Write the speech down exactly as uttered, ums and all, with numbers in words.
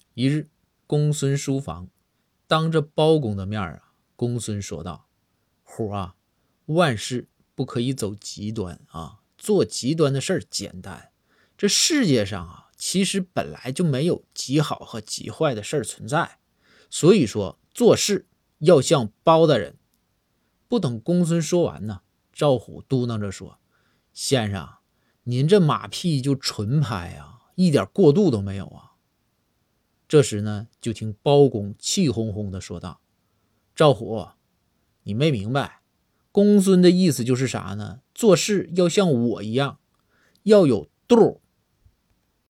一日，公孙书房，当着包公的面啊，公孙说道：虎啊，万事不可以走极端啊，做极端的事儿简单。这世界上啊，其实本来就没有极好和极坏的事儿存在，所以说做事要像包大人。不等公孙说完呢，赵虎嘟囔着说：先生，您这马屁就纯拍啊，一点过度都没有啊。这时呢，就听包公气哄哄地说道：赵虎，你没明白，公孙的意思就是啥呢？做事要像我一样，要有度，